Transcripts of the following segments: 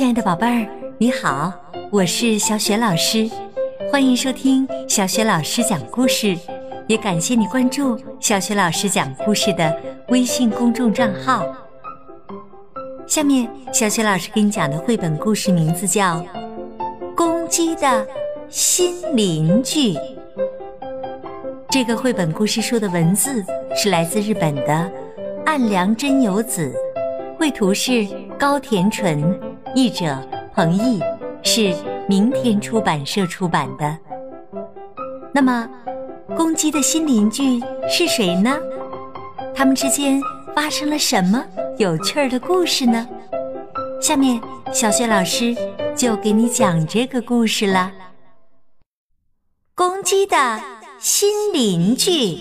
亲爱的宝贝儿，你好，我是小雪老师，欢迎收听小雪老师讲故事，也感谢你关注小雪老师讲故事的微信公众账号。下面小雪老师给你讲的绘本故事名字叫《公鸡的新邻居》。这个绘本故事书的文字是来自日本的岸良真由子，绘图是高田纯，译者彭毅，是明天出版社出版的。那么公鸡的新邻居是谁呢？他们之间发生了什么有趣儿的故事呢？下面小雪老师就给你讲这个故事了。公鸡的新邻居。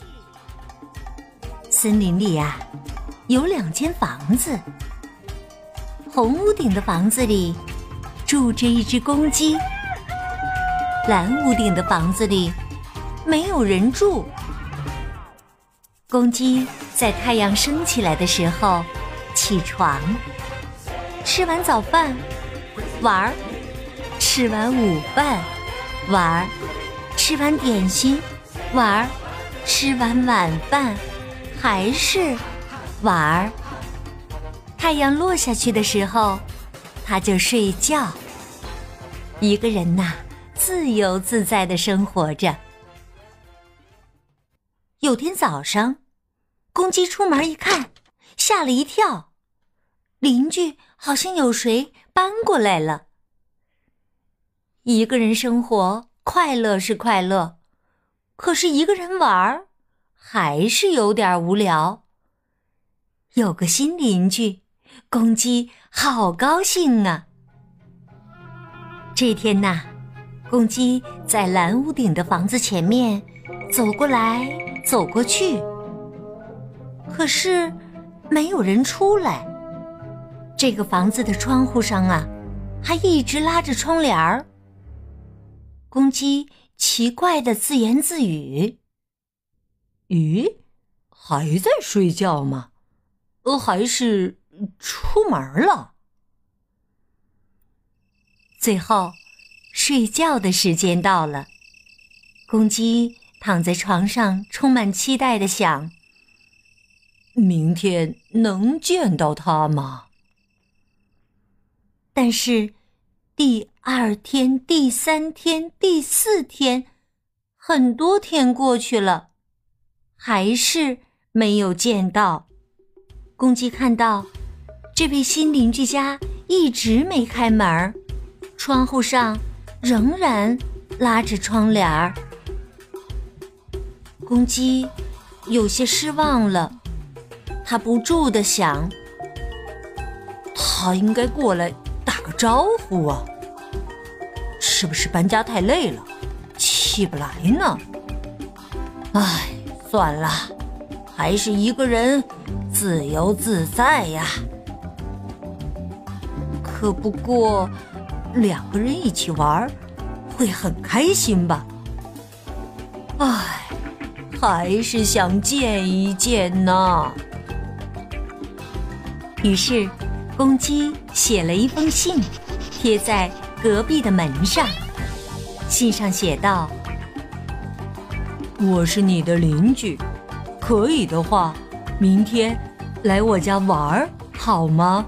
森林里有2间房子，红屋顶的房子里住着一只公鸡，蓝屋顶的房子里没有人住。公鸡在太阳升起来的时候起床，吃完早饭玩，吃完午饭玩，吃完点心玩，吃完晚饭还是玩。太阳落下去的时候他就睡觉。一个人自由自在地生活着。有天早上，公鸡出门一看，吓了一跳，邻居好像有谁搬过来了。一个人生活快乐是快乐，可是一个人玩还是有点无聊。有个新邻居，公鸡好高兴啊。这天公鸡在蓝屋顶的房子前面走过来走过去，可是没有人出来。这个房子的窗户上还一直拉着窗帘儿。公鸡奇怪地自言自语：咦，还在睡觉吗？还是出门了？最后睡觉的时间到了，公鸡躺在床上充满期待地想，明天能见到他吗？但是第2天、第3天、第4天，很多天过去了，还是没有见到。公鸡看到这位新邻居家一直没开门，窗户上仍然拉着窗帘儿。公鸡有些失望了，他不住地想，他应该过来打个招呼啊，是不是搬家太累了，起不来呢？唉，算了，还是一个人自由自在呀。可不过2个人一起玩会很开心吧？唉，还是想见一见呢。于是公鸡写了一封信，贴在隔壁的门上。信上写道：我是你的邻居，可以的话明天来我家玩好吗？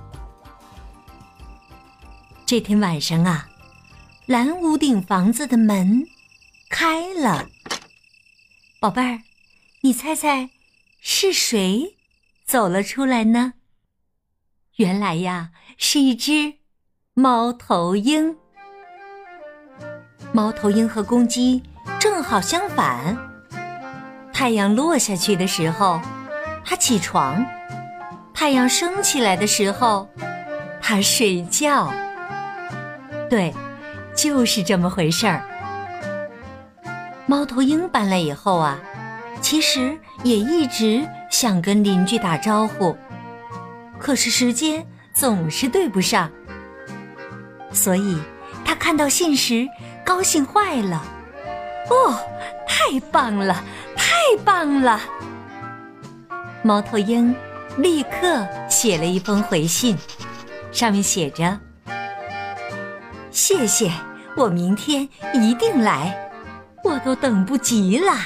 这天晚上蓝屋顶房子的门开了。宝贝儿，你猜猜是谁走了出来呢？原来是一只猫头鹰。猫头鹰和公鸡正好相反，太阳落下去的时候它起床，太阳升起来的时候它睡觉。对，就是这么回事儿。猫头鹰搬来以后其实也一直想跟邻居打招呼，可是时间总是对不上，所以他看到信时高兴坏了。太棒了，太棒了！猫头鹰立刻写了一封回信， 上面写着：谢谢，我明天一定来，我都等不及了。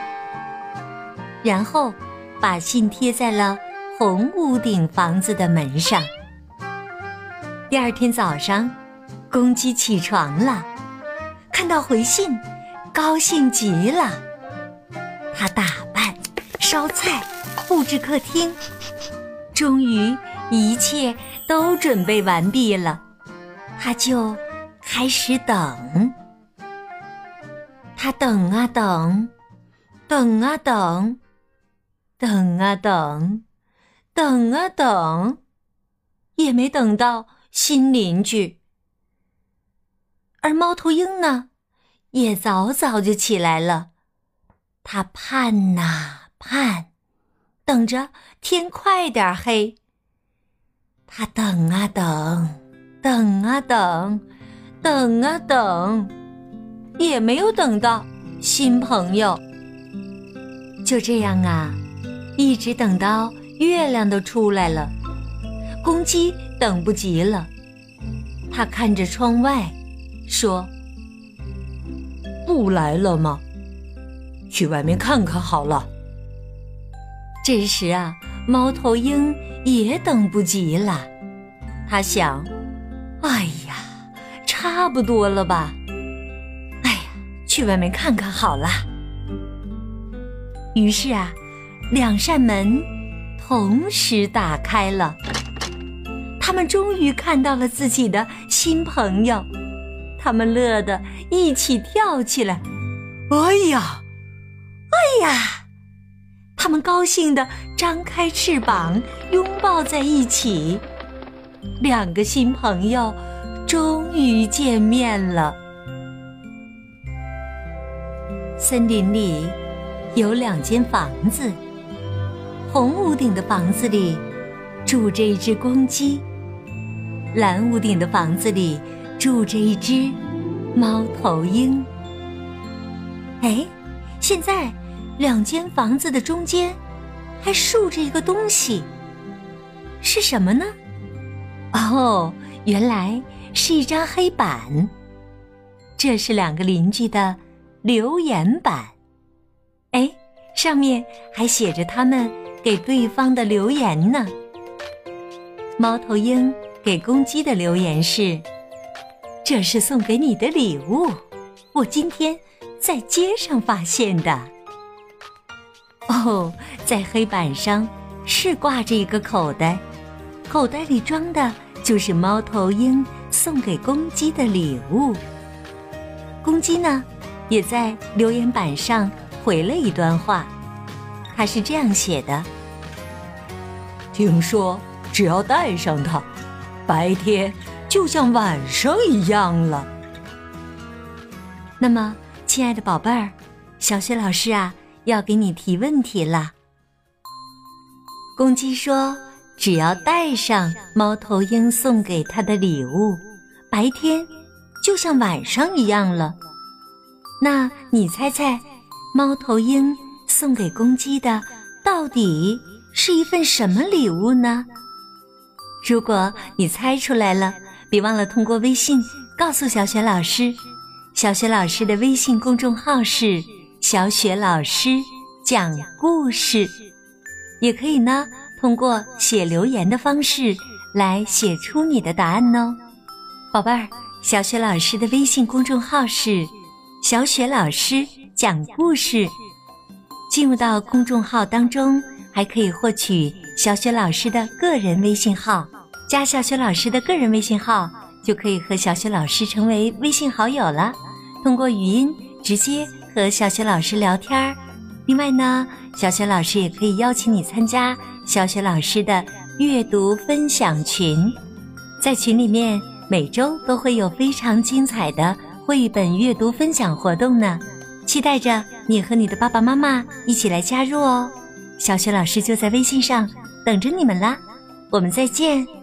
然后把信贴在了红屋顶房子的门上。第二天早上，公鸡起床了，看到回信，高兴极了。他打扮、烧菜、布置客厅，终于一切都准备完毕了，他就开始等。他等啊等，等啊等，等啊等，等啊等，也没等到新邻居。而猫头鹰呢，也早早就起来了，他盼呐盼，等着天快点黑。他等啊等，等啊等，等啊等，也没有等到新朋友。就这样啊，一直等到月亮都出来了，公鸡等不及了，他看着窗外说：不来了吗？去外面看看好了。这时啊，猫头鹰也等不及了，他想：哎呀，差不多了吧，哎呀，去外面看看好了。于是啊，两扇门同时打开了，他们终于看到了自己的新朋友，他们乐得一起跳起来。哎呀，哎呀！他们高兴地张开翅膀，拥抱在一起。两个新朋友终于见面了。森林里有2间房子，红屋顶的房子里住着一只公鸡，蓝屋顶的房子里住着一只猫头鹰。哎，现在2间房子的中间还竖着一个东西，是什么呢？哦，原来是一张黑板，这是2个邻居的留言板。哎，上面还写着他们给对方的留言呢。猫头鹰给公鸡的留言是：这是送给你的礼物，我今天在街上发现的。哦，在黑板上是挂着一个口袋，口袋里装的就是猫头鹰送给公鸡的礼物。公鸡呢，也在留言板上回了一段话，他是这样写的：听说只要带上它，白天就像晚上一样了。那么，亲爱的宝贝儿，小雪老师啊，要给你提问题了。公鸡说，只要带上猫头鹰送给他的礼物，白天就像晚上一样了。那你猜猜，猫头鹰送给公鸡的到底是一份什么礼物呢？如果你猜出来了，别忘了通过微信告诉小雪老师。小雪老师的微信公众号是小雪老师讲故事，也可以呢通过写留言的方式来写出你的答案哦。宝贝儿，小雪老师的微信公众号是小雪老师讲故事，进入到公众号当中，还可以获取小雪老师的个人微信号，加小雪老师的个人微信号，就可以和小雪老师成为微信好友了，通过语音直接和小雪老师聊天。另外呢，小雪老师也可以邀请你参加小雪老师的阅读分享群，在群里面每周都会有非常精彩的绘本阅读分享活动呢，期待着你和你的爸爸妈妈一起来加入哦。小雪老师就在微信上等着你们啦，我们再见。